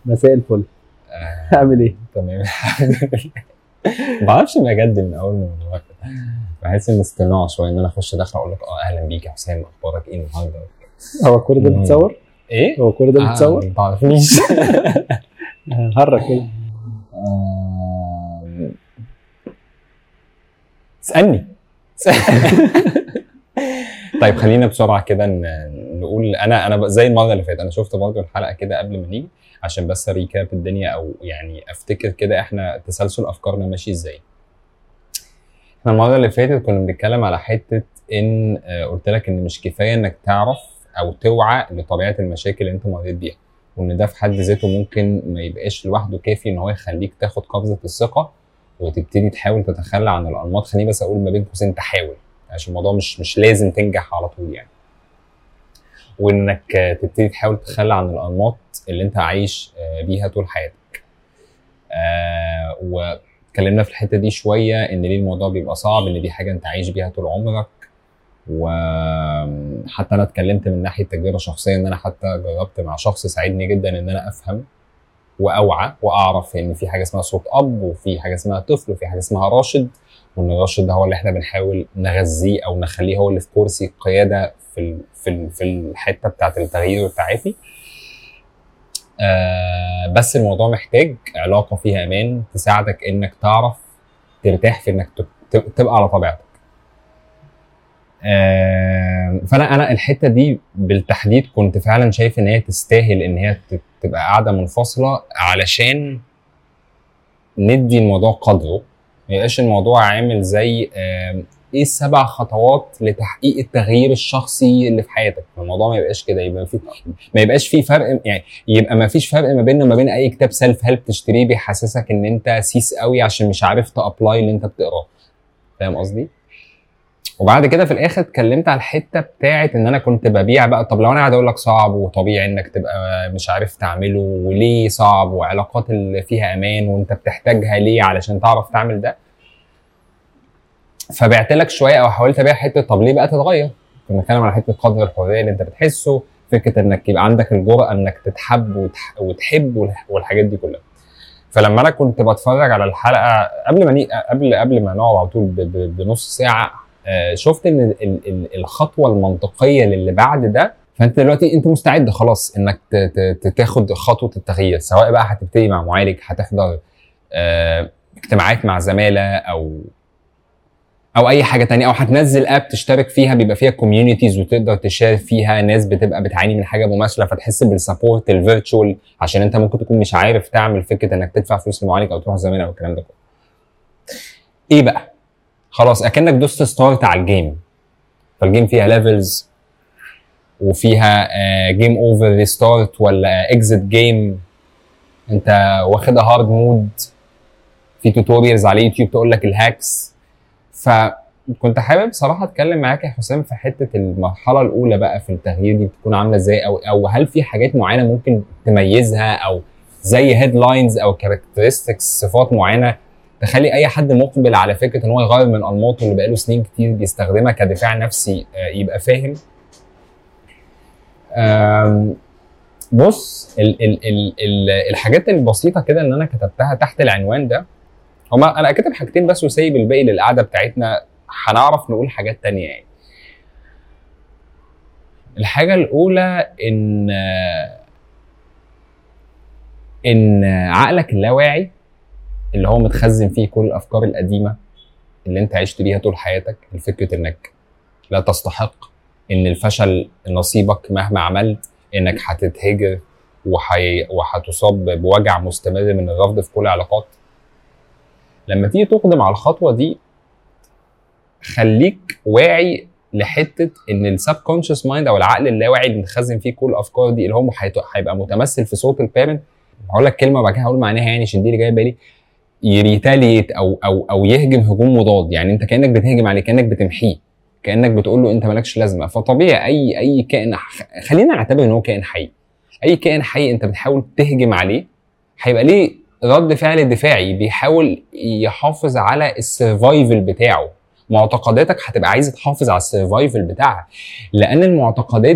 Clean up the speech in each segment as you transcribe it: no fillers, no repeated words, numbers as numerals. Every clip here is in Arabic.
مساء الفل. اعمل ايه؟ تمام. ما بعرفش بجد من اول الموضوع بحس ان اصطناع شويه ان انا اخش داخل اقول لك اهلا بيك يا حسام، اخبارك ايه النهارده؟ هو كل ده بتصور؟ ايه هو كل ده بتصور؟ ما تعرفنيش. هنهرج كده. اسالني. طيب خلينا بسرعه كده نقول انا زي المره اللي فاتت انا شفت برضه الحلقه كده قبل ما نيجي عشان بس ريكاب الدنيا او يعني افتكر كده احنا تسلسل افكارنا ماشي ازاي. احنا المره اللي فاتت كنا بنتكلم على حته ان قلت لك ان مش كفايه انك تعرف او توعى لطبيعه المشاكل اللي انت مريت بيها، وان ده في حد ذاته ممكن ما يبقاش لوحده كافي ان هو يخليك تاخد قفزه الثقه وتبتدي تحاول تتخلى عن الانماط. خليني بس اقول ما بين قوسين تحاول، عشان الموضوع مش لازم تنجح على طول يعني. وانك تبتدي تحاول تتخلى عن الانماط اللي انت عايش بيها طول حياتك. واتكلمنا في الحته دي شويه ان ليه الموضوع بيبقى صعب، ان دي حاجه انت عايش بيها طول عمرك. وحتى انا اتكلمت من ناحيه تجربه شخصيه ان انا حتى جربت مع شخص ساعدني جدا ان انا افهم واوعى واعرف ان في حاجه اسمها صوت اب، وفي حاجه اسمها طفل، وفي حاجه اسمها راشد، وان الراشد ده هو اللي احنا بنحاول نغذيه او نخليه هو اللي في كرسي القياده في الحته بتاعه التغيير والتعافي. بس الموضوع محتاج علاقه فيها امان تساعدك انك تعرف ترتاح في انك تبقى على طبيعتك. فانا الحته دي بالتحديد كنت فعلا شايف ان هي تستاهل ان هي تبقى قاعده منفصله علشان ندي الموضوع قدره، ما يبقاش الموضوع عامل زي ايه ال7 خطوات لتحقيق التغيير الشخصي اللي في حياتك. الموضوع ما يبقاش كده، يبقى ما يبقاش في فرق، يعني يبقى ما فيش فرق ما بيننا وما بين اي كتاب سيلف هيلب تشتريه بيحسسك ان انت سيس قوي عشان مش عارف تابلاي اللي انت بتقراه. فاهم قصدي؟ وبعد كده في الاخر اتكلمت على الحته بتاعه ان انا كنت ببيع بقى. طب لو انا قاعد اقول لك صعب وطبيعي انك تبقى مش عارف تعمله، وليه صعب، وعلاقات اللي فيها امان وانت بتحتاجها ليه علشان تعرف تعمل ده، فبعت لك شويه او حاولت ابيع حته طب ليه بقى تتغير. كنا بنتكلم على حته قدر الحريه اللي انت بتحسه، فكره انك يبقى عندك الجرأه انك تتحب وتحب والحاجات دي كلها. فلما انا كنت بتفرج على الحلقه قبل ما نقعد على طول بنص ساعه، شفت ان الخطوه المنطقيه للي بعد ده، فانت دلوقتي انت مستعد خلاص انك تاخد خطوه التغيير، سواء بقى هتبتدي مع معالج، هتحضر اجتماعات مع زماله او اي حاجه تانية، او هتنزل اب تشترك فيها بيبقى فيها كوميونيتيز وتقدر تشارك فيها ناس بتبقى بتعاني من حاجه مماثله، فتحس بالسبورت الفيرتشوال عشان انت ممكن تكون مش عارف تعمل فكره انك تدفع فلوس للمعالج او تروح زماله او الكلام ده كله. ايه بقى؟ خلاص اكنك دوست ستارت على الجيم، فالجيم فيها ليفلز وفيها جيم اوفر ريستارت ولا اكزيت جيم، انت واخدها هارد مود، في توتوريالز على يوتيوب تقول لك الهاكس. فكنت حابب صراحه اتكلم معاك يا حسام في حته المرحله الاولى بقى في التغيير دي بتكون عامله ازاي، او هل في حاجات معينه ممكن تميزها، او زي هيدلاينز او كاركترستكس، صفات معينه تخلي اي حد مقبل على فكره ان هو يغير من انماطه اللي بقاله سنين كتير بيستخدمها كدفاع نفسي يبقى فاهم. بص الحاجات البسيطه كده اللي انا كتبتها تحت العنوان ده، هما انا كاتب حاجتين بس وسايب الباقي للقعده بتاعتنا، هنعرف نقول حاجات تانية يعني. الحاجه الاولى ان عقلك اللاواعي اللي هو متخزن فيه كل الافكار القديمه اللي انت عشت بيها طول حياتك، الفكره انك لا تستحق، ان الفشل نصيبك مهما عملت، انك هتتهجر وهتصاب بوجع مستمر من الرفض في كل العلاقات. لما تيجي تقدم على الخطوه دي خليك واعي لحته ان السبكونشس مايند او العقل اللاواعي اللي متخزن فيه كل الافكار دي، اللي هو هيبقى متمثل في صوت البيرنت. هقول لك كلمه وبعد كده هقول معناها يعني عشان دي اللي جايه بالي، يريتاليت او يهجم هجوم مضاد. يعني انت كانك بتهجم عليه، كانك بتمحيه، كانك بتقول له انت مالكش لازمه. فطبيعي اي كائن، خلينا نعتبر ان هو كائن حي، اي كائن حي انت بتحاول تهجم عليه هيبقى ليه رد فعل دفاعي بيحاول يحافظ على السرفايفل بتاعه. معتقداتك هتبقى عايزه تحافظ على السرفايفل بتاعها، لان المعتقدات دي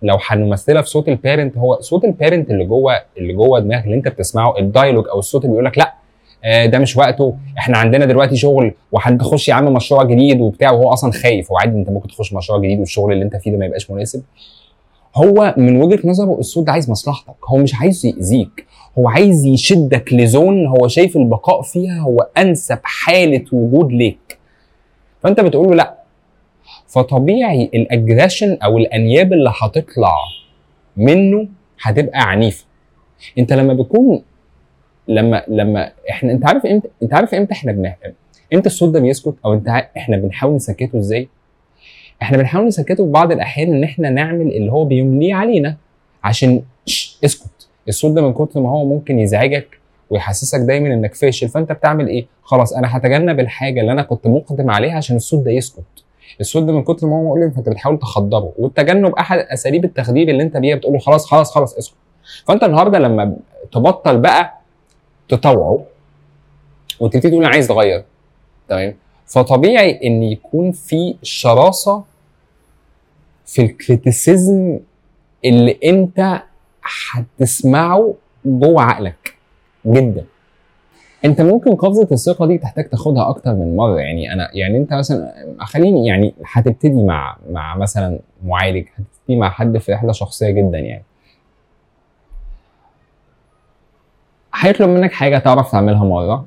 لو هنمثلها في صوت البيرنت، هو صوت البيرنت اللي جوه دماغك اللي انت بتسمعه، الدايلوج او الصوت اللي بيقول لك لا ده مش وقته، احنا عندنا دلوقتي شغل وهتخش يا عم مشروع جديد وبتاع، وهو اصلا خايف، وعادي انت ممكن تخش مشروع جديد والشغل اللي انت فيه ده ما يبقاش مناسب. هو من وجهة نظره الصوت ده عايز مصلحتك، هو مش عايز يأذيك، هو عايز يشدك لزون هو شايف البقاء فيها هو انسب حالة وجود ليك، فانت بتقول له لا. فطبيعي الاجريشن او الانياب اللي هتطلع منه هتبقى عنيفة. انت لما بيكون لما احنا انت عارف امتى احنا امتى الصوت ده بيسكت، او احنا بنحاول نسكته ازاي؟ احنا بنحاول نسكته في بعض الاحيان ان احنا نعمل اللي هو بيمليه علينا عشان اسكت. الصوت ده من كتر ما هو ممكن يزعجك ويحسسك دايما انك فاشل، فانت بتعمل ايه؟ خلاص انا هتجنب الحاجه اللي انا كنت مقدم عليها عشان الصوت ده يسكت. الصوت ده من كتر ما هو مؤلم فانت بتحاول تخدره، والتجنب احد اساليب التخدير اللي انت بيها بتقول له خلاص خلاص خلاص اسكت. فانت النهارده لما تبطل بقى تطوعه وتبتدي تقول انا عايز اتغير، تمام، فطبيعي ان يكون في شراسه في الكريتيسيزم اللي انت هتسمعه جوه عقلك جدا. انت ممكن قفزه الثقه دي تحتاج تاخدها اكتر من مره. يعني انت مثلا خليني يعني هتبتدي مع مثلا معالج، هتبتدي مع حد في رحله شخصيه جدا، يعني هيطلب منك حاجه تعرف تعملها مره،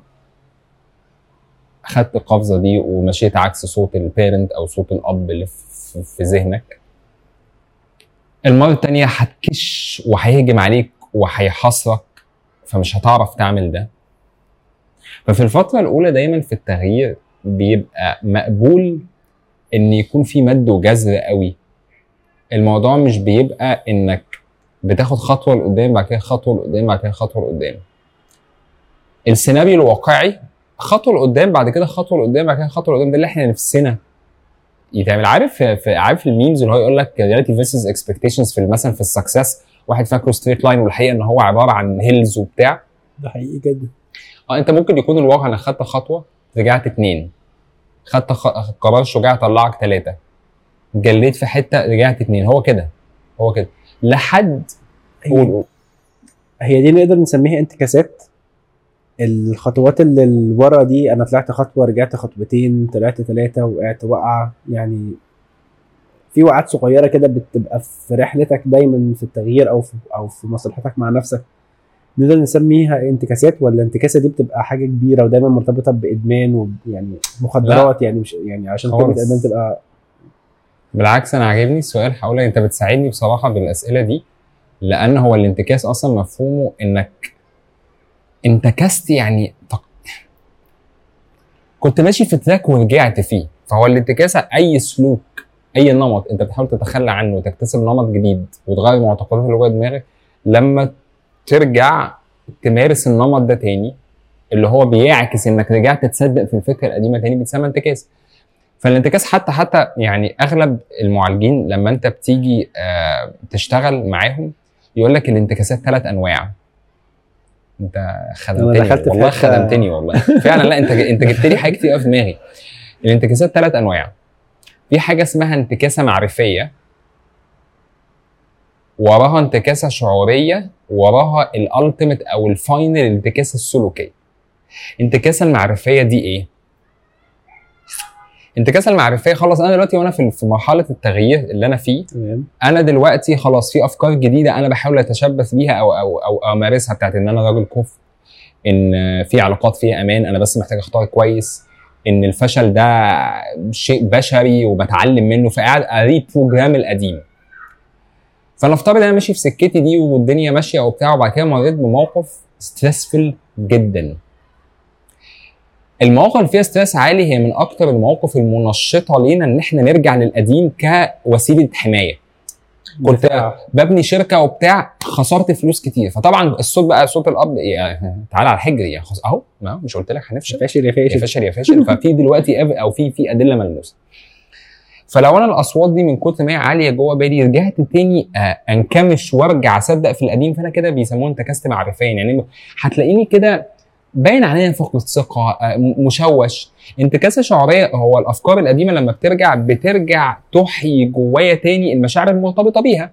خدت القفزه دي ومشيت عكس صوت البيرنت او صوت الاب اللي في ذهنك، المره الثانيه هتكش وهيهجم عليك وهيحاصرك فمش هتعرف تعمل ده. ففي الفتره الاولى دايما في التغيير بيبقى مقبول ان يكون في مد وجزر قوي. الموضوع مش بيبقى انك بتاخد خطوه لقدام بعد كده خطوه لقدام بعد كده خطوه لقدام. السيناريو الواقعي خطوه لقدام بعد كده خطوه لقدام بعد كده خطوه لقدام، ده اللي احنا نفسنا يتعمل. عارف الميمز اللي هو يقول لك رياليتي فيرسز اكسبكتيشنز في مثلا في السكسس، واحد فاكره ستريت لاين والحقيقه ان هو عباره عن هيلز وبتاع. ده حقيقي جدا. انت ممكن يكون الواقع انك خدت خطوه رجعت 2، خدت قرار شجاع طلعك 3، جليت في حته رجعت 2، هو كده لحد هي دي نقدر نسميها انتكاسات. الخطوات اللي ورا دي انا طلعت خطوه رجعت خطوتين طلعت 3 وقعت وقعه، يعني في وقعات صغيره كده بتبقى في رحلتك دايما في التغيير او في مصلحتك مع نفسك، نقدر نسميها انتكاسات. ولا الانتكاسه دي بتبقى حاجه كبيره ودايما مرتبطه بادمان ويعني مخدرات؟ يعني مش يعني عشان كلمه ادمان تبقى. بالعكس انا عاجبني السؤال، هقول انت بتساعدني بصراحه بالاسئله دي، لان هو الانتكاس اصلا مفهومه انك انتكست، يعني كنت ماشي في تراك ورجعت فيه. فهو الانتكاسه اي سلوك اي نمط انت بتحاول تتخلى عنه وتكتسب نمط جديد وتغير معتقدات اللي جوه دماغك، لما ترجع تمارس النمط ده تاني اللي هو بيعكس انك رجعت تصدق في الفكره القديمه تاني، بيتسمى انتكاس. فالانتكاس حتى يعني اغلب المعالجين لما انت بتيجي تشتغل معاهم يقول لك الانتكاسات 3 انواع. انت خدمتني والله، خدمتني والله فعلا. لا انت جبت لي حاجه كتير في دماغي. الانتكاسات 3 انواع. في حاجه اسمها انتكاسه معرفيه، وراها انتكاسه شعوريه، وراها الالتيميت او الفاينل انتكاسه السلوكيه. الانتكاسه المعرفيه دي ايه؟ الانتكاسه المعرفيه خلاص انا دلوقتي وانا في مرحله التغيير اللي انا فيه، انا دلوقتي خلاص في افكار جديده انا بحاول اتشبث بيها او امارسها، بتاعت ان انا راجل كفء، ان في علاقات فيها امان انا بس محتاج اختار كويس، ان الفشل ده شيء بشري وبتعلم منه، فقاعد اريبروجرام القديم. فنفترض انا ماشي في سكتي دي والدنيا ماشيه وبتاع، وبعد كده مريت بموقف ستريسفل جدا. المواقف اللي فيها ستريس عالي هي من اكتر المواقف المنشطه لينا ان احنا نرجع للقديم كوسيله حمايه. كنت ببني شركه وبتاع، خسرت فلوس كتير، فطبعا الصوت بقى صوت الاب يعني تعالى على الحجر، يعني اهو مش قلت لك هنفشل، فاشل يا فاشل. ففي دلوقتي او في ادله ملموسه. فلو انا الاصوات دي من كتر ما هي عاليه جوه بالي رجعت تاني انكمش وارجع اصدق في القديم، فانا كده بيسموه انتكاسه معرفيا. يعني هتلاقيني كده باين عليا فقد ثقه، مشوش. انتكاسه شعوريه هو الافكار القديمه لما بترجع تحيي جوايا تاني المشاعر المرتبطه بيها.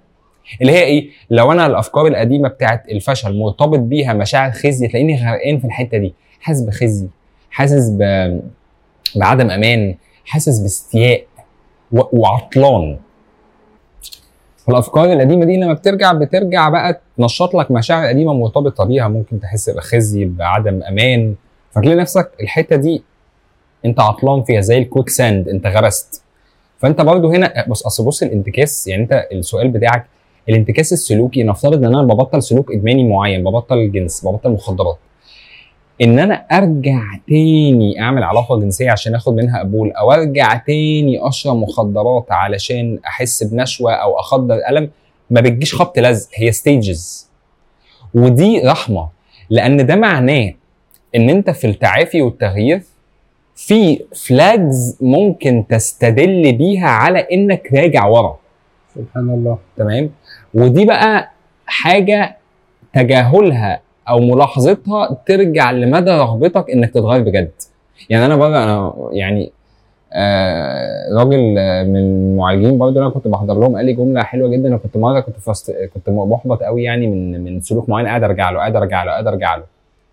اللي هي ايه؟ لو انا الافكار القديمه بتاعت الفشل مرتبط بيها مشاعر خزي، تلاقيني غرقان في الحته دي، حاسس بخزي، حاسس بعدم امان، حاسس باستياء وعطلان. فالافكار القديمه دي لما بترجع بقى تنشط لك مشاعر قديمه مرتبطه بيها، ممكن تحس بخزي، بعدم امان، فتلاقي نفسك الحته دي انت عطلان فيها زي الكويك ساند، انت غرست. فانت برضو هنا بص الانتكاس، يعني انت السؤال بتاعك الانتكاس السلوكي، نفترض ان انا ببطل سلوك ادماني معين، ببطل الجنس، ببطل مخدرات، ان انا ارجع تاني اعمل علاقه جنسيه عشان اخد منها قبول، او ارجع تاني اشرب مخدرات علشان احس بنشوه او اخدر الم، ما بتجيش خبط لزق، هي ستيجز. ودي رحمه، لان ده معناه ان انت في التعافي والتغيير في فلاجز ممكن تستدل بيها على انك راجع ورا. سبحان الله. تمام. ودي بقى حاجه تجاهلها او ملاحظتها ترجع لمدى رغبتك انك تتغير بجد. يعني انا بره، انا يعني راجل من المعالجين برضه انا كنت بحضر لهم، قال لي جمله حلوه جدا. انا كنت مره كنت محبط قوي يعني من سلوك معين، قاعد ارجع له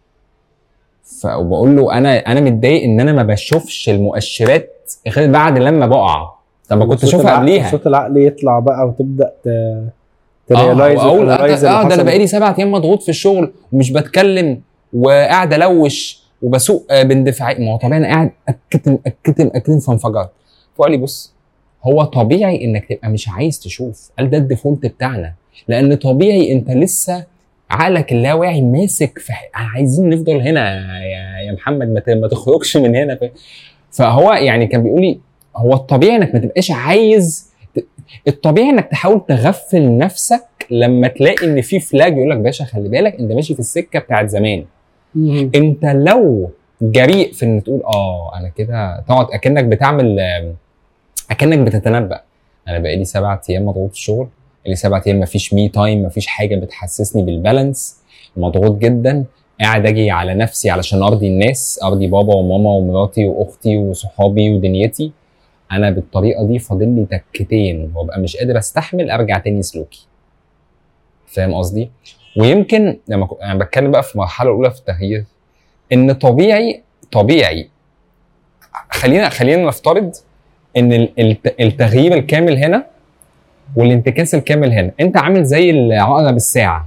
وبقول له انا متضايق ان انا ما بشوفش المؤشرات غير بعد لما بقع. طب ما كنت اشوفها قبليها. صوت العقل يطلع بقى وتبدا تريلايز ده انا بقالي 7 ايام مضغوط في الشغل ومش بتكلم وقاعد الوش وبسوق باندفاعي. ما هو طبيعي انا قاعد اكتم فانفجرت. فقال لي بص، هو طبيعي انك تبقى مش عايز تشوف، قال ده الديفولت بتاعنا، لان طبيعي انت لسه عقلك اللاواعي ماسك في عايزين نفضل هنا يا محمد، ما تخرجش من هنا. فهو يعني كان بيقول لي هو الطبيعي انك ما تبقاش عايز، الطبيعي انك تحاول تغفل نفسك لما تلاقي ان في فلاج يقول لك باشا خلي بالك انت ماشي في السكه بتاعت زمان. انت لو جريء في ان تقول انا كده، تقعد اكنك بتعمل، اكنك بتتنبأ، انا بقالي 7 ايام مضغوط في الشغل، بقالي 7 ايام مفيش مي تايم، مفيش حاجه بتحسسني بالبالانس، مضغوط جدا، قاعد اجي على نفسي علشان ارضي الناس، ارضي بابا وماما ومراتي واختي وصحابي ودنيتي. انا بالطريقه دي فاضل لي تكتين وابقى مش قادر استحمل، ارجع تاني سلوكي. فاهم قصدي؟ ويمكن لما انا بتكلم بقى في المرحله الاولى في التغيير، ان طبيعي خلينا نفترض ان التغيير الكامل هنا والانتكاس الكامل هنا، انت عامل زي العقرب الساعه.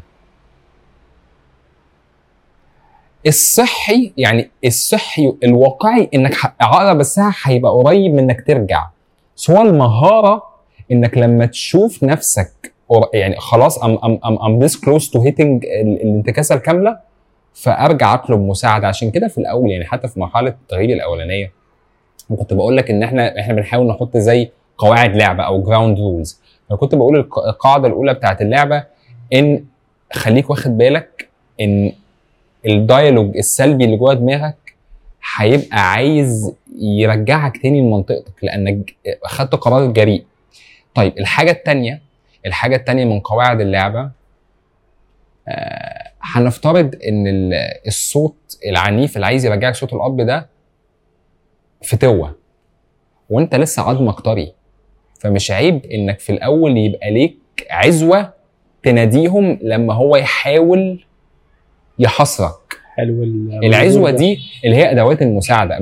الصحي الواقعي انك عقرب الساعه هيبقى قريب من انك ترجع، سواء المهاره انك لما تشوف نفسك يعني خلاص I'm this close to hitting الانتكاسه الكامله، فارجع اطلب مساعده. عشان كده في الاول يعني حتى في مرحله التغيير الاولانيه كنت بقول لك ان احنا بنحاول نحط زي قواعد لعبه او جراوند رولز. فكنت بقول القاعده الاولى بتاعت اللعبه ان خليك واخد بالك ان الدايلوج السلبي اللي جوه دماغك هيبقى عايز يرجعك تاني لمنطقتك لانك اخدت قرار جريء. طيب الحاجه الثانيه من قواعد اللعبه، هنفترض ان الصوت العنيف اللي عايز يرجعك صوت الاب ده فتوه وانت لسه عظمك طري، فمش عيب انك في الاول يبقى ليك عزوه تناديهم لما هو يحاول يحصرك. حلو. العزوه دي اللي هي ادوات المساعده.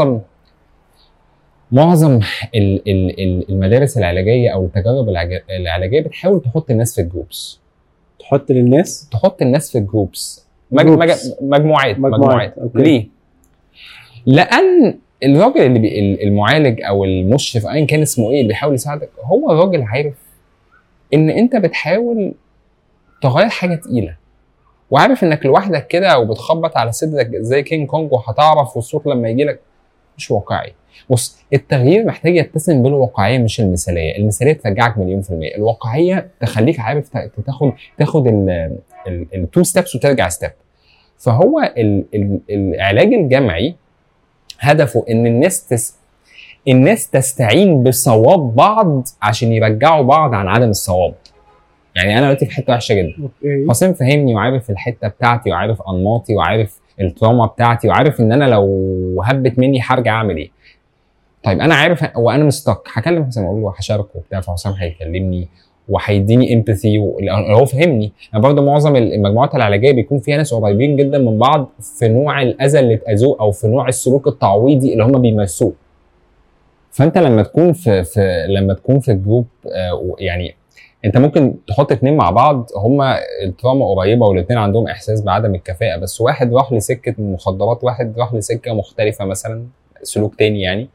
معظم المدارس العلاجيه او التجارب العلاجيه بتحاول تحط الناس في الجروبس، تحط الناس في الجروبس مجموعات. ليه؟ لان الراجل اللي المعالج او المشرف ايا كان اسمه ايه اللي بيحاول يساعدك، هو الراجل عارف ان انت بتحاول تغير حاجه تقيله، وعارف انك لوحدك كده وبتخبط على صدرك زي كينج كونج وهتعرف، والصوت لما يجي لك مش واقعي. بص، التغيير محتاج يتسم بالواقعيه مش المثاليه. المثاليه ترجعك 100%، الواقعيه تخليك عارف تاخد التو ستيبس وترجع ستيب. فهو العلاج الجمعي هدفه ان الناس تستعين بصواب بعض عشان يرجعوا بعض عن عدم الصواب. يعني انا دلوقتي في حته وحشه جدا، حسين فهمني وعارف الحته بتاعتي وعارف انماطي وعارف التراما بتاعتي وعارف ان انا لو هبت مني هرجع اعمل ايه. طيب انا عارف وانا مستك هكلم حسام اقول له هشاركه وبتاع، فحسام هيكلمني وهيديني امباثي هو فهمني. انا برضه معظم المجموعات العلاجيه بيكون فيها ناس قريبين جدا من بعض في نوع الاذى اللي اتاذوه او في نوع السلوك التعويضي اللي هم بيمارسوه. فانت لما تكون في الجروب يعني انت ممكن تحط اتنين مع بعض هما التراما قريبه والاتنين عندهم احساس بعدم الكفاءه، بس واحد راح لسكه المخدرات، واحد راح لسكه مختلفه مثلا سلوك تاني يعني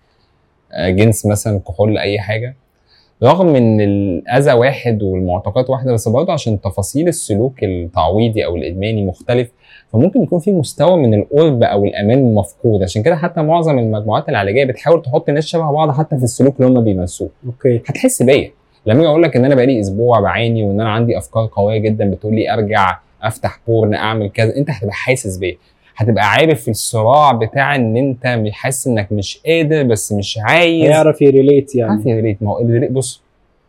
جنس مثلا، كحول، اي حاجه، رغم ان الاذى واحد والمعتقدات واحده، بس برضه عشان تفاصيل السلوك التعويضي او الادماني مختلف، فممكن يكون في مستوى من القرب او الامان مفقود. عشان كده حتى معظم المجموعات العلاجيه بتحاول تحط ناس شبه بعض حتى في السلوك اللي هم بيمارسوه. اوكي. هتحس بيا لما اجي اقول لك ان انا بقالي اسبوع بعاني وان انا عندي افكار قويه جدا بتقول لي ارجع افتح بورن اعمل كذا، انت هتبقى حاسس بيا، هتبقى عارف في الصراع بتاع ان انت حاسس انك مش قادر بس مش عايز. يعرف يريليت يعني. عارف يريليت. ما هو بص،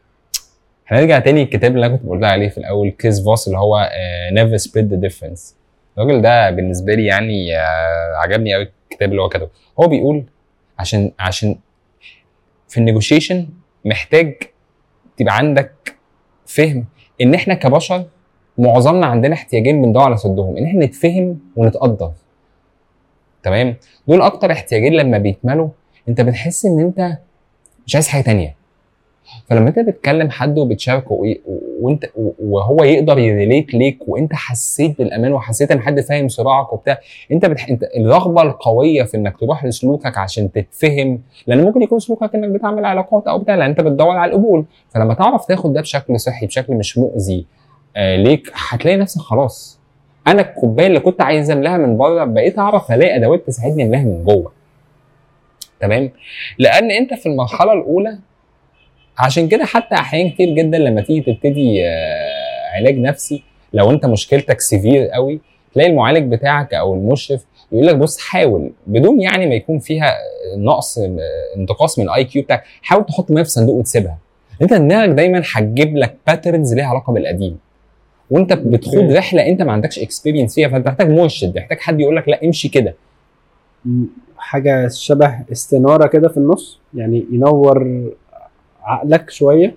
هنرجع تاني الكتاب اللي انا كنت بقول عليه في الاول، كريس فوس، اللي هو نيفر سبليت ذا ديفرنس. الراجل ده بالنسبه لي يعني عجبني قوي الكتاب اللي هو كتبه. هو بيقول عشان في النيجوشيشن محتاج تبقى عندك فهم ان احنا كبشر معظمنا عندنا احتياجين بندور على سدهم، ان احنا نتفهم ونتقدر. تمام؟ دول اكتر احتياجين لما بيكملوا انت بتحس ان انت مش عايز حاجه تانية. فلما انت بتكلم حد وبتشاركه وانت وهو يقدر يريليت ليك وانت حسيت بالامان وحسيت ان حد فاهم صراعك وبتاع، انت الرغبه القويه في انك تروح لسلوكك عشان تتفهم، لان ممكن يكون سلوكك انك بتعمل علاقات او بتاع، لان انت بتدور على القبول. فلما تعرف تاخد ده بشكل صحي، بشكل مش مؤذي ليك، هتلاقي نفسك خلاص، انا الكوبايه اللي كنت عايز املاها من بره بقيت اعرف الاقي ادوات تساعدني املاها من جوه. تمام؟ لان انت في المرحله الاولى، عشان كده حتى احيان كتير جدا لما تيجي تبتدي علاج نفسي، لو انت مشكلتك سيفير قوي، تلاقي المعالج بتاعك او المشرف يقول لك بص حاول، بدون يعني ما يكون فيها نقص انتقاص من الاي كيو بتاعك، حاول تحط ميه في صندوق وتسيبها. انت دماغك دايما هتجيب لك باترنز ليها علاقه بالقديم، وانت بتخوض رحله انت ما عندكش اكسبيرينس فيها، فانت محتاج مرشد، محتاج حد يقول لك لا امشي كده. حاجه شبه استناره كده في النص، يعني ينور عقلك شويه.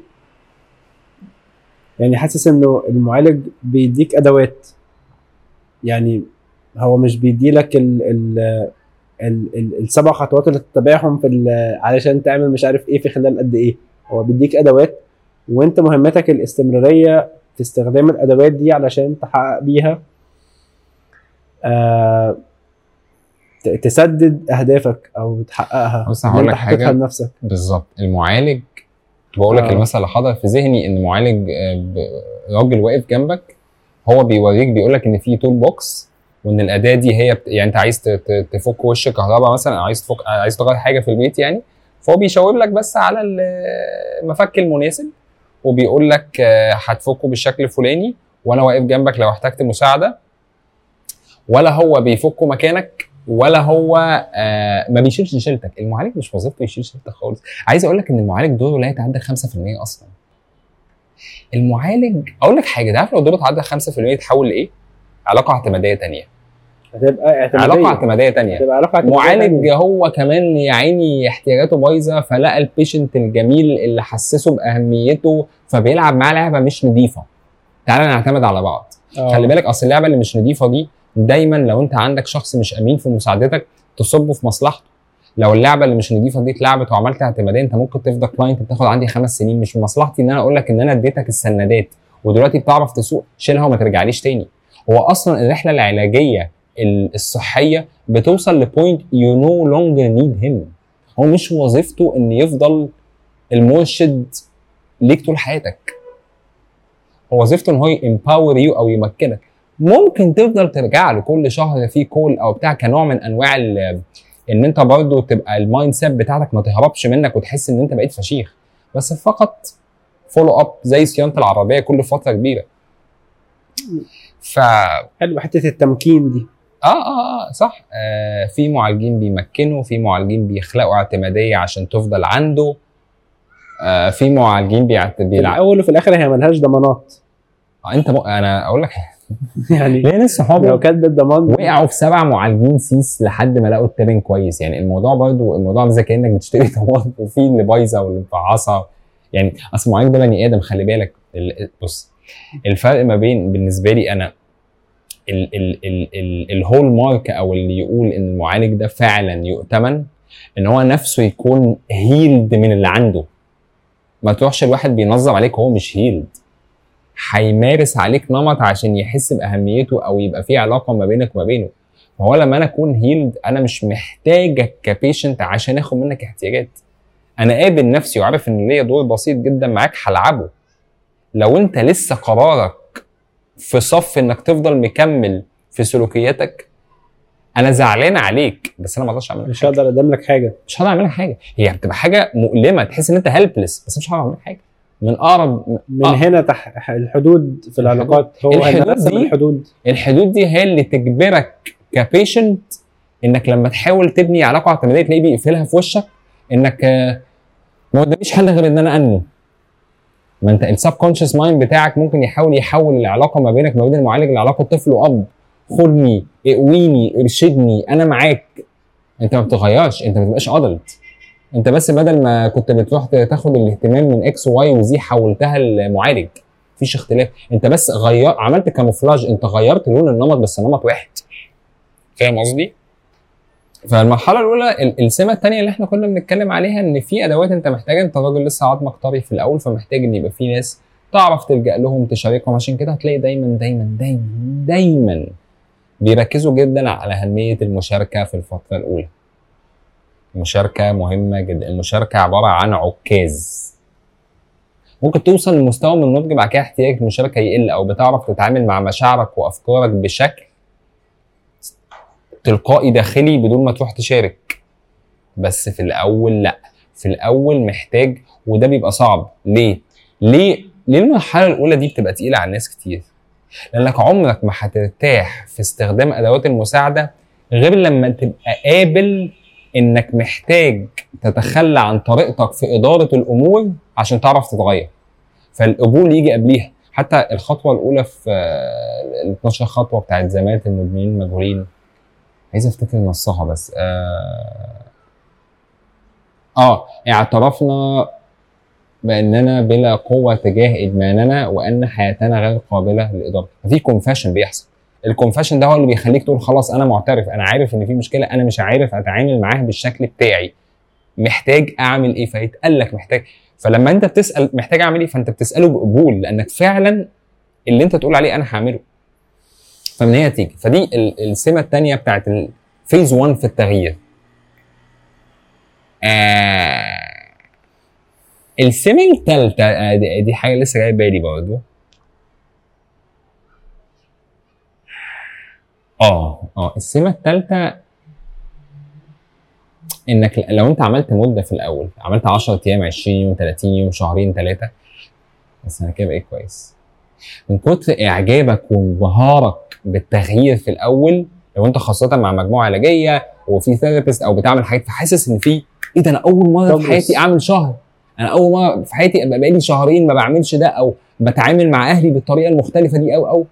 يعني حاسس انه المعالج بيديك ادوات، يعني هو مش بيديلك السبع خطوات اللي تتبعهم علشان تعمل مش عارف ايه في خلال قد ايه. هو بيديك ادوات وانت مهمتك الاستمراريه في استخدام الادوات دي علشان تحقق بيها تسدد اهدافك او تحققها. بص هقول لك حاجه لنفسك بالظبط. المعالج بقول لك المثل اللي حاضر في ذهني، ان معالج راجل واقف جنبك، هو بيوريك بيقول لك ان في تول بوكس، وان الاداه دي هي يعني انت عايز تفك وش الكهرباء مثلا، او عايز تغير حاجه في البيت يعني، فهو بيشاور لك بس على المفك المناسب، وبيقول لك هتفكه بالشكل الفلاني وانا واقف جنبك لو احتجت مساعده. ولا هو بيفكه مكانك، ولا هو ما بيشيلش شيلتك. المعالج مش وظيفته يشيل شيلتك خالص. عايز اقول لك ان المعالج دوره لا يتعدى 5% اصلا. المعالج اقول لك حاجه، تعرف لو دوره اتعدى 5% يتحول لايه؟ علاقه اعتماديه ثانيه. هتبقى علاقه اعتماديه ثانيه. معالج هو كمان يا عيني احتياجاته بايظه، فلقى البيشنت الجميل اللي حسسه باهميته فبيلعب معاه لعبه مش نظيفه. تعالى نعتمد على بعض. خلي بالك اصل اللعبه اللي مش نظيفه دي دايما لو انت عندك شخص مش امين في مساعدتك تصبه في مصلحته. لو اللعبه اللي مش نظيفه دي اتلعبت وعملت اعتماديه، انت ممكن تفضل كلاينت بتاخد عندي 5 سنين. مش من مصلحتي ان انا اقول لك ان انا اديتك السندات ودلوقتي بتعرف تسوق، شيلها وما ترجعليش تاني. هو اصلا الرحله العلاجيه الصحيه بتوصل لبوينت يو نو لونجر نيد هيم. هو مش وظيفته ان يفضل المرشد ليك طول حياتك. هو وظيفته ان هو يمباور يو او يمكنك. ممكن تفضل ترجع له كل شهر في كول او بتاع كنوع من انواع ان انت برضو تبقى المايند سيت بتاعتك ما تهربش منك وتحس ان انت بقيت فشيخ، بس فقط فولو اب زي صيانه العربيه كل فتره كبيره. حلو حته التمكين دي. صح. في معالجين بيمكنوا، في معالجين بيخلقوا اعتماديه عشان تفضل عنده، في معالجين في الاول وفي الاخر هي ملهاش ضمانات. انا اقول لك يعني ليه ناس صحابي لو كانت بالضمان وقعوا في 7 معالجين سيس لحد ما لقوا التابن كويس. يعني الموضوع برضو الموضوع زي كانك بتشتري طماطم وفي اللي بايظه واللي مفعصه. يعني اصل المعالج ده بني ادم، خلي بالك. بص الفرق ما بين بالنسبه لي انا الهول مارك او اللي يقول ان المعالج ده فعلا يؤتمن، ان هو نفسه يكون هيلد من اللي عنده. ما تروحش الواحد بينظم عليك هو مش هيلد، هيمارس عليك نمط عشان يحس باهميته او يبقى في علاقه ما بينك وما بينه. فهو لما انا اكون هيلد انا مش محتاجك كبيشنت عشان اخد منك احتياجات. انا قابل نفسي وعارف ان ليا دور بسيط جدا معاك هلعبه. لو انت لسه قرارك في صف انك تفضل مكمل في سلوكياتك انا زعلان عليك، بس انا ما اقدرش اعمل مش هقدر اقدم لك حاجه. مش هقدر اعمل لك حاجه. هي بتبقى حاجه مؤلمه، تحس ان انت هيلبلس، بس مش هقدر اعمل حاجه. من اقرب من هنا الحدود في العلاقات. هو الحدود دي هي اللي تجبرك كبيشنت انك لما تحاول تبني علاقه اعتماديه تلاقيه بيقفلها في وشك، انك ما قداميش حل غير ان انا انمو. ما انت السب كونشس مايند بتاعك ممكن يحول العلاقه ما بينك ما بين المعالج لعلاقه طفل واب. خدني، اقويني، ارشدني، انا معاك. انت ما بتغيرش، انت ما بتبقاش ادلت. انت بس بدل ما كنت بتروح تاخد الاهتمام من اكس وواي وزي حولتها لمعالج. مفيش اختلاف، انت بس عملت كاموفلاج، انت غيرت لون النمط بس نمط واحد. فاهم قصدي؟ فالمرحله الاولى. السمه الثانيه اللي احنا كنا بنتكلم عليها ان في ادوات انت محتاج، انت راجل لسه عظمك طري في الاول، فمحتاج ان يبقى في ناس تعرف تلجا لهم تشاركهم. عشان كده هتلاقي دايما دايما دايما دايما بيركزوا جدا على اهميه المشاركه في الفتره الاولى. المشاركه مهمه جدا. المشاركه عباره عن عكاز. ممكن توصل لمستوى من النضج بعد كده احتياجك المشاركه يقل، او بتعرف تتعامل مع مشاعرك وافكارك بشكل تلقائي داخلي بدون ما تروح تشارك. بس في الاول لا، في الاول محتاج، وده بيبقى صعب. ليه؟ لان المرحله الاولى دي بتبقى تقيله على الناس كتير، لانك عمرك ما هترتاح في استخدام ادوات المساعده غير لما تبقى قابل انك محتاج تتخلى عن طريقتك في اداره الامور عشان تعرف تتغير. فالقبول يجي قبليها. حتى الخطوه الاولى في ال 12 خطوه بتاعت زماله المدمنين المجهولين، عايز افتكر نصها بس. اعترفنا باننا بلا قوه تجاه ادماننا وان حياتنا غير قابله للاداره. في كونفاشن بيحصل. الكونفاشن ده هو اللي بيخليك تقول خلاص انا معترف، انا عارف ان في مشكله، انا مش عارف اتعامل معاها بالشكل بتاعي، محتاج اعمل ايه؟ فيتقال لك محتاج. فلما انت بتسال محتاج اعمل ايه، فانت بتساله بقبول، لانك فعلا اللي انت تقول عليه انا هعمله. فمن هي تيجي. فدي السمه الثانيه بتاعت الفيز 1 في التغيير. السمه الثالثه دي حاجه لسه جايه بالي برضه. السمه الثالثه انك لو انت عملت مده في الاول، عملت 10 ايام، 20 يوم، 30 يوم، شهرين، 3، بس انا كده بقيت كويس. من كتر اعجابك وانبهارك بالتغيير في الاول، لو انت خاصه مع مجموعه علاجيه وفي ثيرابيست او بتعمل حاجات، فحاسس ان في ايه ده، انا اول مره في حياتي اعمل شهر، انا اول مره في حياتي ابقى بقالي شهرين ما بعملش ده، او بتعامل مع اهلي بالطريقه المختلفه دي، او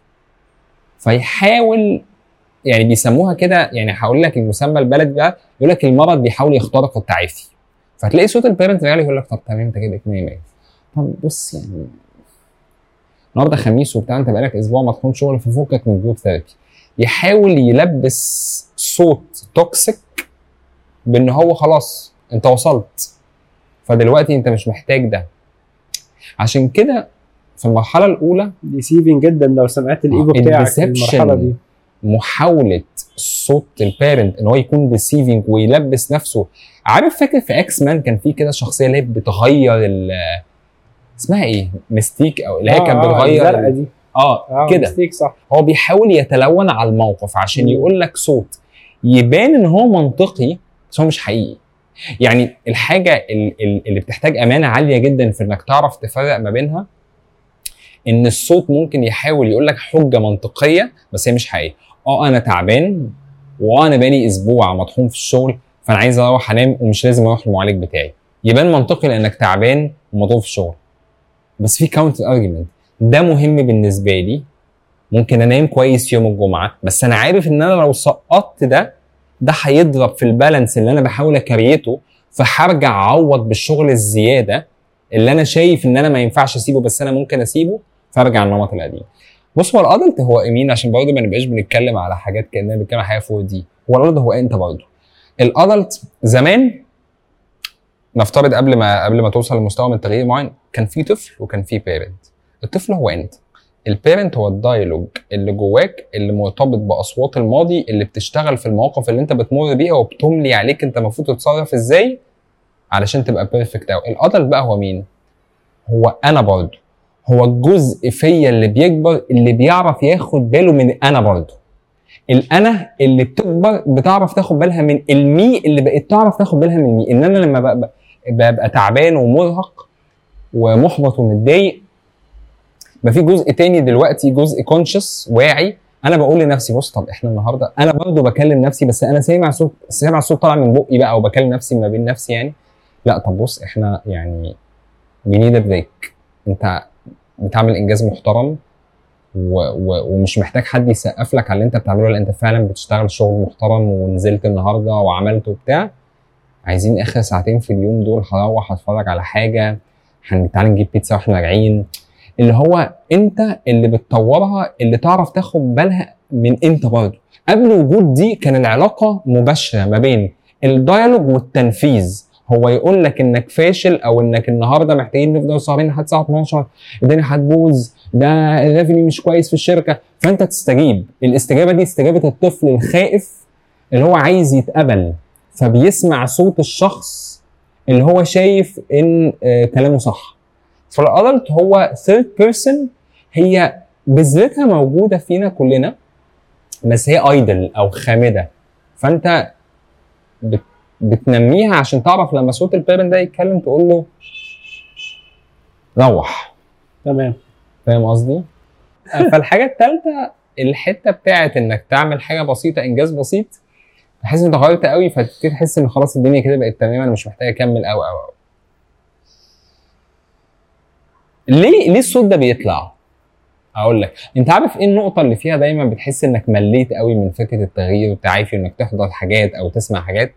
فيحاول، يعني بيسموها كده، يعني هقول لك المسمى البلدي بقى، يقول لك المرض بيحاول يخترق التعافي. فتلاقي صوت البيرنت يقول لك طب تمام انت كده 200. طب بص يعني النهارده خميس وبتاع، انت بقالك اسبوع مطحون شغل، ففكك من جروب ثيرابي. يحاول يلبس صوت توكسيك بان هو خلاص انت وصلت، فدلوقتي انت مش محتاج ده. عشان كده في المرحله الاولى ديسيفنج جدا لو سمعت الايجو بتاعك في المرحله دي. محاوله صوت البيرنت ان هو يكون ديسيفنج ويلبس نفسه. عارف فاكر في اكس مان كان في كده شخصيه اللي هي بتغير اسمها ايه، ميستيك، او اللي هي كانت بتغير الزرقاء دي. كده ميستيك، صح. هو بيحاول يتلون على الموقف عشان يقول لك صوت يبان ان هو منطقي بس هو مش حقيقي. يعني الحاجه اللي بتحتاج امانه عاليه جدا في انك تعرف تفرق ما بينها، ان الصوت ممكن يحاول يقول لك حجه منطقيه بس هي مش حقيقيه. انا تعبان وانا بقالي اسبوع مطحون في الشغل، فانا عايز اروح انام ومش لازم اروح للمعالج بتاعي. يبان منطقي لانك تعبان ومضغوط في الشغل، بس في كاونتر ارجيومنت. ده مهم بالنسبه لي. ممكن انام كويس يوم الجمعه، بس انا عارف ان انا لو سقطت ده هيضرب في البالانس اللي انا بحاول اكريته، فهرجع اعوض بالشغل الزياده اللي انا شايف ان انا ما ينفعش اسيبه بس انا ممكن اسيبه، فارجع النمط القديم. بص، هو الادلت هو مين؟ عشان برضه ما نبقاش بنتكلم على حاجات كاننا بنتكلم على حاجه فوق دي. هو الادلت هو انت برضه. الادلت زمان نفترض قبل ما توصل لمستوى من التغيير معين، كان في طفل وكان في بيرنت. الطفل هو انت، البيرنت هو الدايلوج اللي جواك اللي مرتبط باصوات الماضي اللي بتشتغل في المواقف اللي انت بتمر بيها وبتملي عليك انت المفروض تتصرف ازاي علشان تبقى بيرفكت. او الادلت بقى هو مين؟ هو انا برضه، هو الجزء فيا اللي بيكبر اللي بيعرف ياخد باله من انا برضه. الانا اللي بتكبر بتعرف تاخد بالها من المي اللي بقت تعرف تاخد بالها من المي. ان انا لما ببقى تعبان ومرهق ومحبط ومتضايق، بقى في جزء تاني دلوقتي، جزء كونشس واعي، انا بقول لنفسي بص، طب احنا النهارده انا برضه بكلم نفسي بس انا سامع صوت طالع من بقي بقى وبكلم نفسي ما بين نفسي يعني. لا طب بص، احنا يعني we need a break. انت بتعمل انجاز محترم ومش محتاج حد يسقف لك على اللي انت بتعمله، لان انت فعلا بتشتغل شغل محترم ونزلت النهارده وعملت وبتاع. عايزين اخر ساعتين في اليوم دول هروح اتفرج على حاجه، تعالى نجيب بيتزا واحنا راجعين. اللي هو انت اللي بتطورها، اللي تعرف تاخد بالها من انت برضه. قبل وجود دي كان العلاقه مباشره ما بين الديالوج والتنفيذ. هو يقول لك انك فاشل او انك النهارده محتاجين نفضل سهرين لحد الساعه 12، الدنيا هتبوظ، ده الريفينيو مش كويس في الشركه، فانت تستجيب. الاستجابه دي استجابه الطفل الخائف اللي هو عايز يتقبل، فبيسمع صوت الشخص اللي هو شايف ان كلامه صح. فالادلت هو ثيرد بيرسون، هي بذرتها موجوده فينا كلنا بس هي ايدل او خامده، فانت بتنميها عشان تعرف لما صوت البيرنت ده يتكلم تقول له روح. تمام، فاهم قصدي؟ فالحاجه الثالثه الحته بتاعت انك تعمل حاجه بسيطه، انجاز بسيط، تحس ان انت غيرت قوي، فتبتدي تحس ان خلاص الدنيا كده بقت تمام، انا مش محتاج اكمل او ليه الصوت ده بيطلع؟ اقول لك، انت عارف ايه النقطه اللي فيها دايما بتحس انك مليت قوي من فكره التغيير والتعافي انك تحضر حاجات او تسمع حاجات؟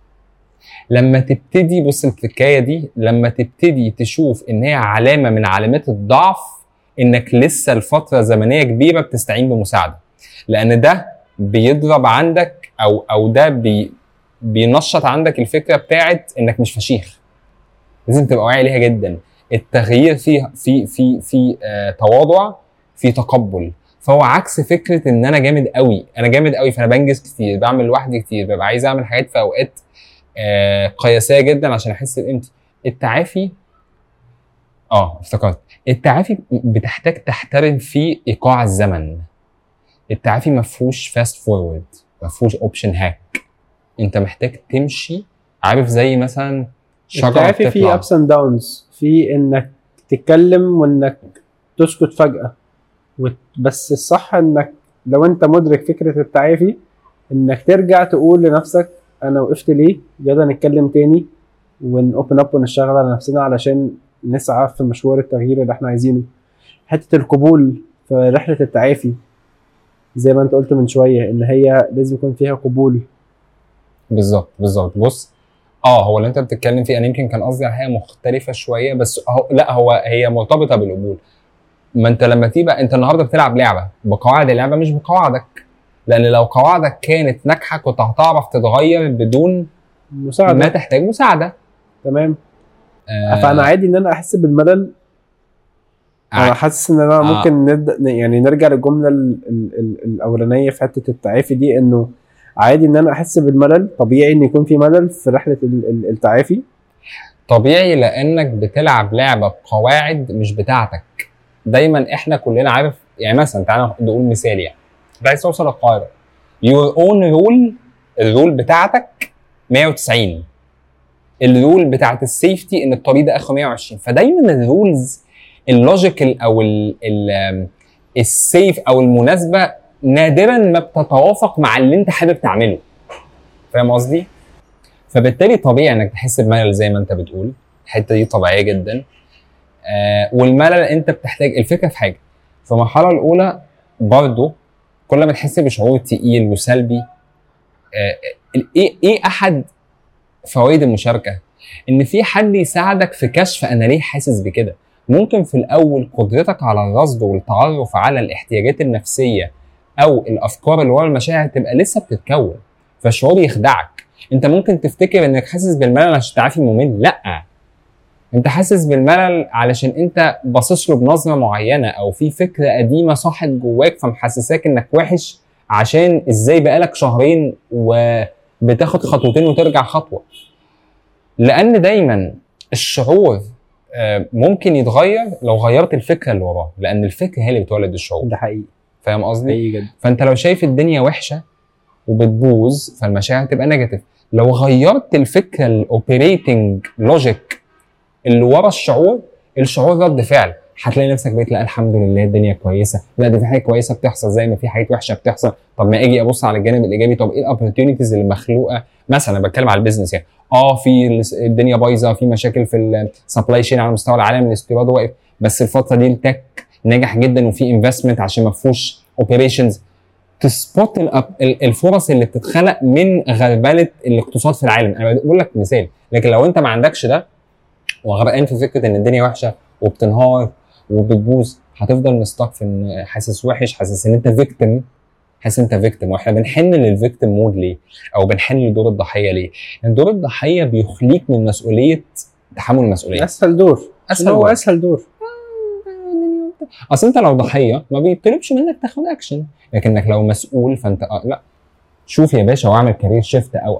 لما تبتدي، بص الحكايه دي، لما تبتدي تشوف ان هي علامه من علامات الضعف انك لسه لفتره زمنيه كبيره بتستعين بمساعده، لان ده بيضرب عندك او ده بينشط عندك الفكره بتاعت انك مش فشيخ. لازم تبقى واعي ليها جدا. التغيير فيه في تواضع، في تقبل. فهو عكس فكره ان انا جامد قوي، فانا بنجز كتير، بعمل لوحدي كتير، ببقى عايز اعمل حاجات في اوقات قياسيه جدا عشان احس بقيمتي. التعافي افتكرت، التعافي بتحتاج تحترم فيه ايقاع الزمن. التعافي ما فيهوش فاست فورورد، ما فيهوش اوبشن هاك. انت محتاج تمشي، عارف زي مثلا شجره التعافي فيه ابس اند داونز، في انك تتكلم وانك تسكت فجاه، بس الصح انك لو انت مدرك فكره التعافي انك ترجع تقول لنفسك انا وقفت ليه، يلا نتكلم تاني ونوبن اب ونشتغل على نفسنا علشان نسعى في مشوار التغيير اللي احنا عايزينه. حته القبول في رحله التعافي زي ما انت قلت من شويه ان هي لازم يكون فيها قبول. بالظبط. بص هو اللي انت بتتكلم فيه انا يمكن كان قصدي على حاجه مختلفه شويه، بس هي مرتبطه بالقبول. ما انت لما تبقى انت النهارده بتلعب لعبه بقواعد اللعبه مش بقواعدك، لان لو قواعدك كانت ناجحه كنت هتعرف تتغير بدون مساعده، ما تحتاج مساعده. تمام. فانا عادي ان انا احس بالملل. انا حاسس ان انا ممكن نبدا يعني نرجع للجمله الاولانيه في حته التعافي دي، انه عادي ان انا احس بالملل، طبيعي ان يكون في ملل في رحله التعافي. طبيعي لانك بتلعب لعبه بقواعد مش بتاعتك. دايما احنا كلنا عارف يعني، مثلا تعالى نقول مثال، يعني انت عايز توصل القاهره، your own rule، الرول بتاعتك 190، الرول بتاعت السيفتي ان الطريق ده اخره 120، فدايما الرولز اللوجيكال او السيف او المناسبه نادرا ما بتتوافق مع اللي انت حابب تعمله. فاهم قصدي؟ فبالتالي طبيعي انك تحس بملل زي ما انت بتقول، الحته دي طبيعيه جدا. والملل انت بتحتاج الفكره في حاجه في المرحله الاولى برضو، كل ما تحس بشعور تقيل وسلبي، ايه احد فوائد المشاركه؟ ان في حد يساعدك في كشف انا ليه حاسس بكده. ممكن في الاول قدرتك على الرصد والتعرف على الاحتياجات النفسيه او الافكار اللي ورا المشاعر تبقى لسه بتتكون، فالشعور يخدعك. انت ممكن تفتكر انك حاسس بالملل عشان تعافي ممل، لا، انت حاسس بالملل علشان انت باصص له بنظره معينه، او في فكره قديمه صحت جواك فمحسساك انك وحش عشان ازاي بقالك شهرين وبتاخد خطوتين وترجع خطوه. لان دايما الشعور ممكن يتغير لو غيرت الفكره اللي وراه، لان الفكره هي اللي بتولد الشعور. ده حقيقي. فاهم قصدي؟ حقيقي جدا. فانت لو شايف الدنيا وحشه وبتبوظ فالمشاعر تبقى نيجاتيف. لو غيرت الفكره الاوبريتنج لوجيك اللي ورا الشعور رد فعل، هتلاقي نفسك بقيت لا الحمد لله الدنيا كويسه، لا ده في حاجه كويسه بتحصل زي ما في حاجات وحشه بتحصل. طب ما اجي ابص على الجانب الايجابي، طب ايه الاوبورتيونيتيز اللي مخلوقه؟ مثلا بتكلم على البيزنس يعني، في الدنيا بايظه، في مشاكل في السبلاي شين على مستوى العالم، الاستيراد واقف، بس الفتره دي التك ناجح جدا وفي انفستمنت عشان ما فيهوش اوبريشنز. تسبوت الفرص اللي بتتخلق من غربله الاقتصاد في العالم. انا بقول لك مثال، لكن لو انت ما عندكش ده وغرقان في فكره ان الدنيا وحشه وبتنهار وبتبوظ، هتفضل مستك في ان حاسس وحش، حاسس ان انت فيكتيم، حاسس انت فيكتيم. واحنا بنحن للفيكتيم مود ليه؟ او بنحن لدور الضحيه ليه؟ لان دور الضحيه بيخليك من مسؤوليه تحمل المسؤوليه. اسهل دور. اسهل دور. اصل انت لو ضحيه ما بيطلبش منك تاخد اكشن، لكنك لو مسؤول فانت لا، شوف يا باشا واعمل كارير شيفت او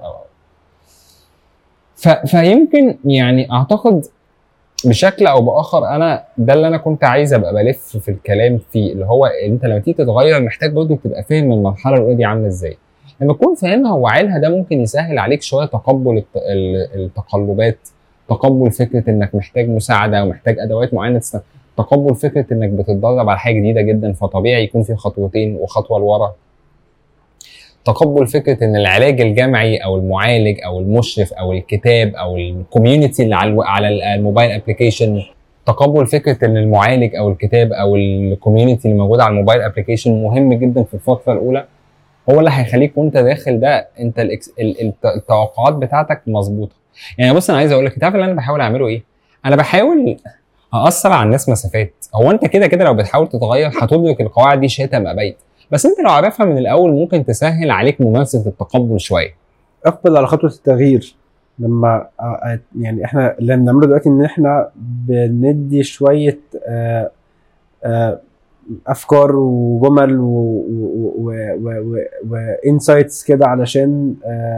فيمكن يعني اعتقد بشكل او باخر انا ده اللي انا كنت عايز ابقى بلف في الكلام فيه، اللي هو انت لما تيجي تتغير محتاج برضه تبقى فاهم المرحله الاولى دي عامله ازاي. لما تكون فاهمها وعيلها ده ممكن يسهل عليك شويه تقبل التقلبات، تقبل فكره انك محتاج مساعده ومحتاج ادوات معينه تقبل فكره انك بتتدرب على حاجه جديده جدا فطبيعي يكون في خطوتين وخطوه لورا، تقبل فكره ان العلاج الجمعي او المعالج او المشرف او الكتاب او الكوميونتي اللي على الموبايل ابلكيشن، تقبل فكره ان المعالج او الكتاب او الكوميونتي اللي موجود على الموبايل ابلكيشن مهم جدا في الفتره الاولى، هو اللي هيخليك وانت داخل ده انت التوقعات بتاعتك مظبوطه. يعني بص انا عايز اقول لك، تعرف اللي انا بحاول اعمله ايه؟ انا بحاول اقصر على الناس مسافات. هو انت كده كده لو بتحاول تتغير هتدرك القواعد دي شئت ام ابيت، بس انت لو عارفها من الاول ممكن تسهل عليك ممارسه التقبل شويه. اقبل على خطوه التغيير. لما يعني احنا اللي بنعمله دلوقتي ان احنا بندي شويه افكار وجمل وانسايتس كده علشان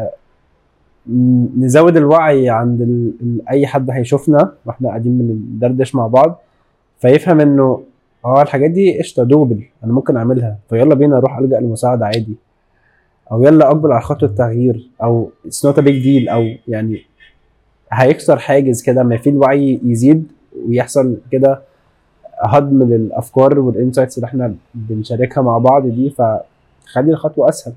نزود الوعي عند اي حد هيشوفنا واحنا قاعدين بندردش مع بعض، فيفهم انه الحاجات دي قشطه دوبل انا ممكن اعملها، فيلا بينا اروح الجا للمساعده عادي، او يلا اقبل على خطوه التغيير، او اتس نوت ا بيج ديل، او يعني هيكسر حاجز كده ما في الوعي يزيد ويحصل كده هضم للافكار والانسايتس اللي احنا بنشاركها مع بعض دي، فخلي الخطوه اسهل.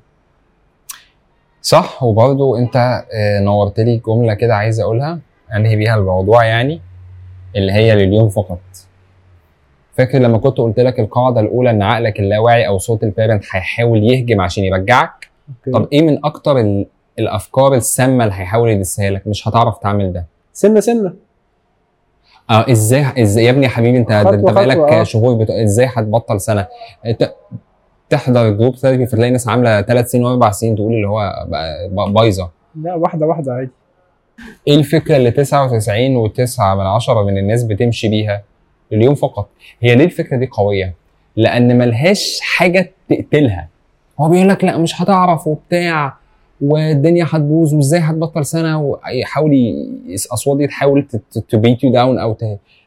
صح. وبرضو انت نورت لي جمله كده عايز اقولها انهي بيها الموضوع، يعني اللي هي لليوم فقط. فاكر لما كنت قلت لك القاعده الاولى ان عقلك اللاواعي او صوت البيرنت هيحاول يهجم عشان يرجعك؟ طب ايه من اكتر الافكار السامه اللي هيحاول يدسها لك؟ مش هتعرف تعمل ده سنه. ازاي يا ابني يا حبيبي انت بقالك شهور ازاي هتبطل سنه؟ تحضر جروب ثيرابي فتلاقي ناس عامله 3 سنين و4 سنين تقول اللي هو بايظه. لا واحده عادي. ايه الفكره اللي 99.9 من الناس بتمشي بيها؟ اليوم فقط. هي ليه الفكره دي قويه؟ لان ملهاش حاجه تقتلها. هو بيقول لك لا مش هتعرف وبتاع والدنيا هتبوظ وازاي هتبطل سنه، ويحاول اصوات دي تحاول تبيت يو داون او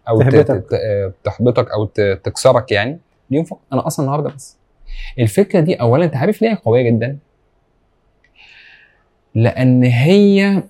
تحبطك او تكسرك. يعني اليوم فقط. انا اصلا النهارده بس. الفكره دي اولا انت عارف ليه قويه جدا؟ لان هي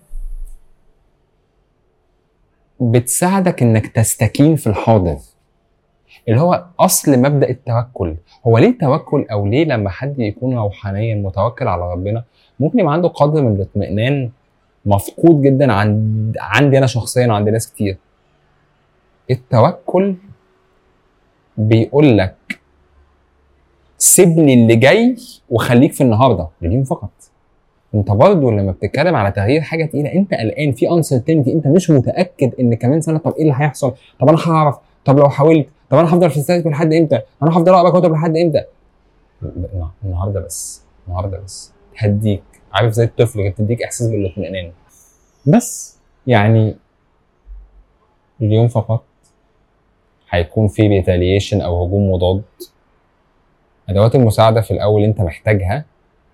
بتساعدك انك تستكين في الحاضر، اللي هو اصل مبدا التوكل. هو ليه التوكل؟ او ليه لما حد يكون روحانيا متوكل على ربنا ممكن يبقى عنده قدر من الاطمئنان مفقود جدا عندي انا شخصيا وعند ناس كتير. التوكل بيقول لك سيبني اللي جاي وخليك في النهارده، اليوم فقط. انت برضه لما بتتكلم على تغيير حاجه تقيله انت قلقان في انسرتينتي، انت مش متاكد ان كمان سنه طب ايه اللي هيحصل، طب انا هعرف، طب لو حاولت، طب انا هفضل في الستاتيك لحد امتى، انا هفضل اقرا كتب لحد امتى. النهارده بس هديك عارف زي الطفل اللي بتديك احساس بالاطمئنان بس. يعني اليوم فقط هيكون في ريتاليشن او هجوم مضاد. ادوات المساعده في الاول انت محتاجها،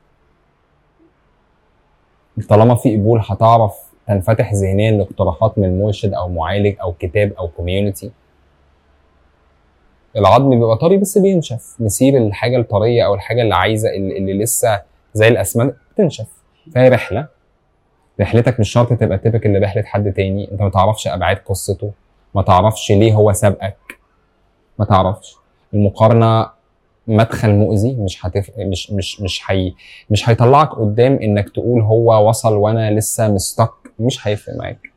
طالما في قبول هتعرف تنفتح ذهنيا لاقتراحات من مرشد او معالج او كتاب او كوميونتي. العظم بيبقى طري بس بينشف، نسيب الحاجه الطريه او الحاجه اللي عايزه اللي لسه زي الاسمنت بتنشف. فهي رحلتك مش شرط تبقى تيبيكال لرحله حد تاني. انت ما تعرفش ابعاد قصته، ما تعرفش ليه هو سابقك، ما تعرفش. المقارنه مدخل مؤذي، مش هيطلعك قدام انك تقول هو وصل وانا لسه مستك، مش هيفرق معاك.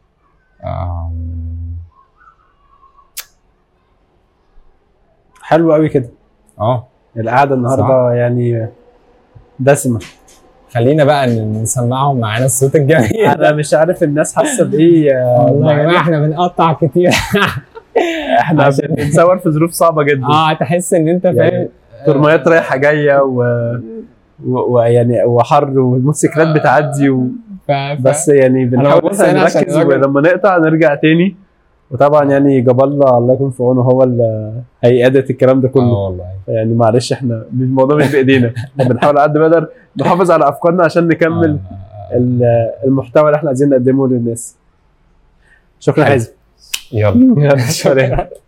حلو قوي كده. القعده النهارده يعني دسمه. خلينا بقى نسمعهم معانا الصوت الجميل. انا مش عارف الناس حاسه بايه. والله يا جماعه احنا بنقطع كتير. احنا بنصور في ظروف صعبه جدا. تحس ان انت فاهم ترميات رايحه جايه ويعني وحر والموتوسيكلات بتعدي بس يعني بنحاول نركز ولما نقطع نرجع تاني. وطبعا يعني جاب الله يكون في عونه هو اللي هيأدت الكلام ده كله. والله يعني معلش احنا الموضوع مش بايدينا. احنا بنحاول على قد ما نقدر نحافظ على افكارنا عشان نكمل المحتوى اللي احنا عايزين نقدمه للناس. شكرا حازم. يلا سلام.